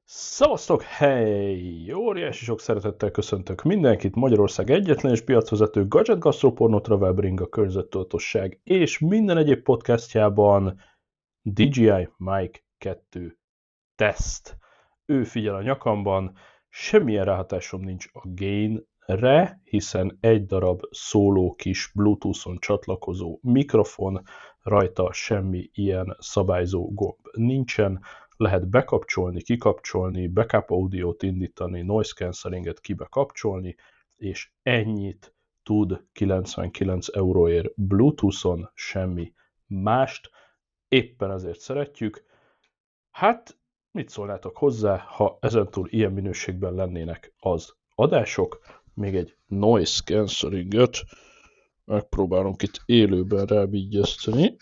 Szevasztok, hey! Óriási sok szeretettel köszöntök mindenkit, Magyarország egyetlen és piacvezető Gadget Gastro Porno Travel Bring a környezettudatosság és minden egyéb podcastjában DJI Mic 2 teszt. Ő figyel a nyakamban, semmilyen ráhatásom nincs a gainre, hiszen egy darab szóló kis Bluetooth-on csatlakozó mikrofon, rajta semmi ilyen szabályzó gomb nincsen. Lehet bekapcsolni, kikapcsolni, backup audiót indítani, noise cancellinget kibekapcsolni, és ennyit tud 99 euróért Bluetooth-on, semmi mást. Éppen ezért szeretjük. Hát, mit szólnátok hozzá, ha ezentúl ilyen minőségben lennének az adások? Még egy noise cancellinget megpróbálunk itt élőben rávigyezteni.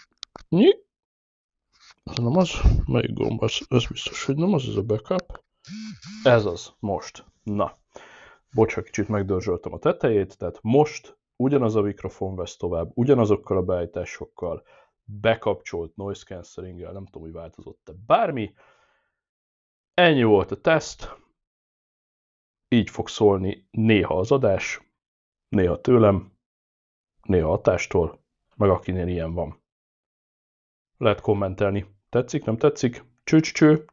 Ez nem az? Melyik gomb az? Ez biztos, hogy nem az, ez a backup. Ez az, most. Na, bocs, ha kicsit megdörzsöltem a tetejét, tehát most ugyanaz a mikrofon vesz tovább, ugyanazokkal a beállításokkal, bekapcsolt noise cancellinggel, nem tudom, hogy változott-e bármi. Ennyi volt a teszt. Így fog szólni néha az adás, néha tőlem, néha hatástól, meg akinél ilyen van. Lehet kommentelni. Tetszik, nem tetszik? Cső.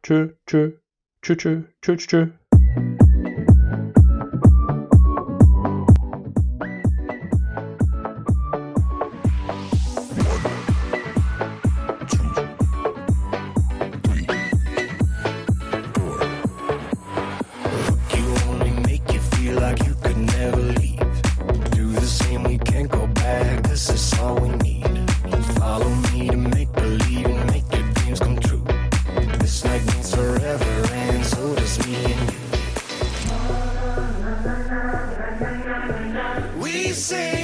We say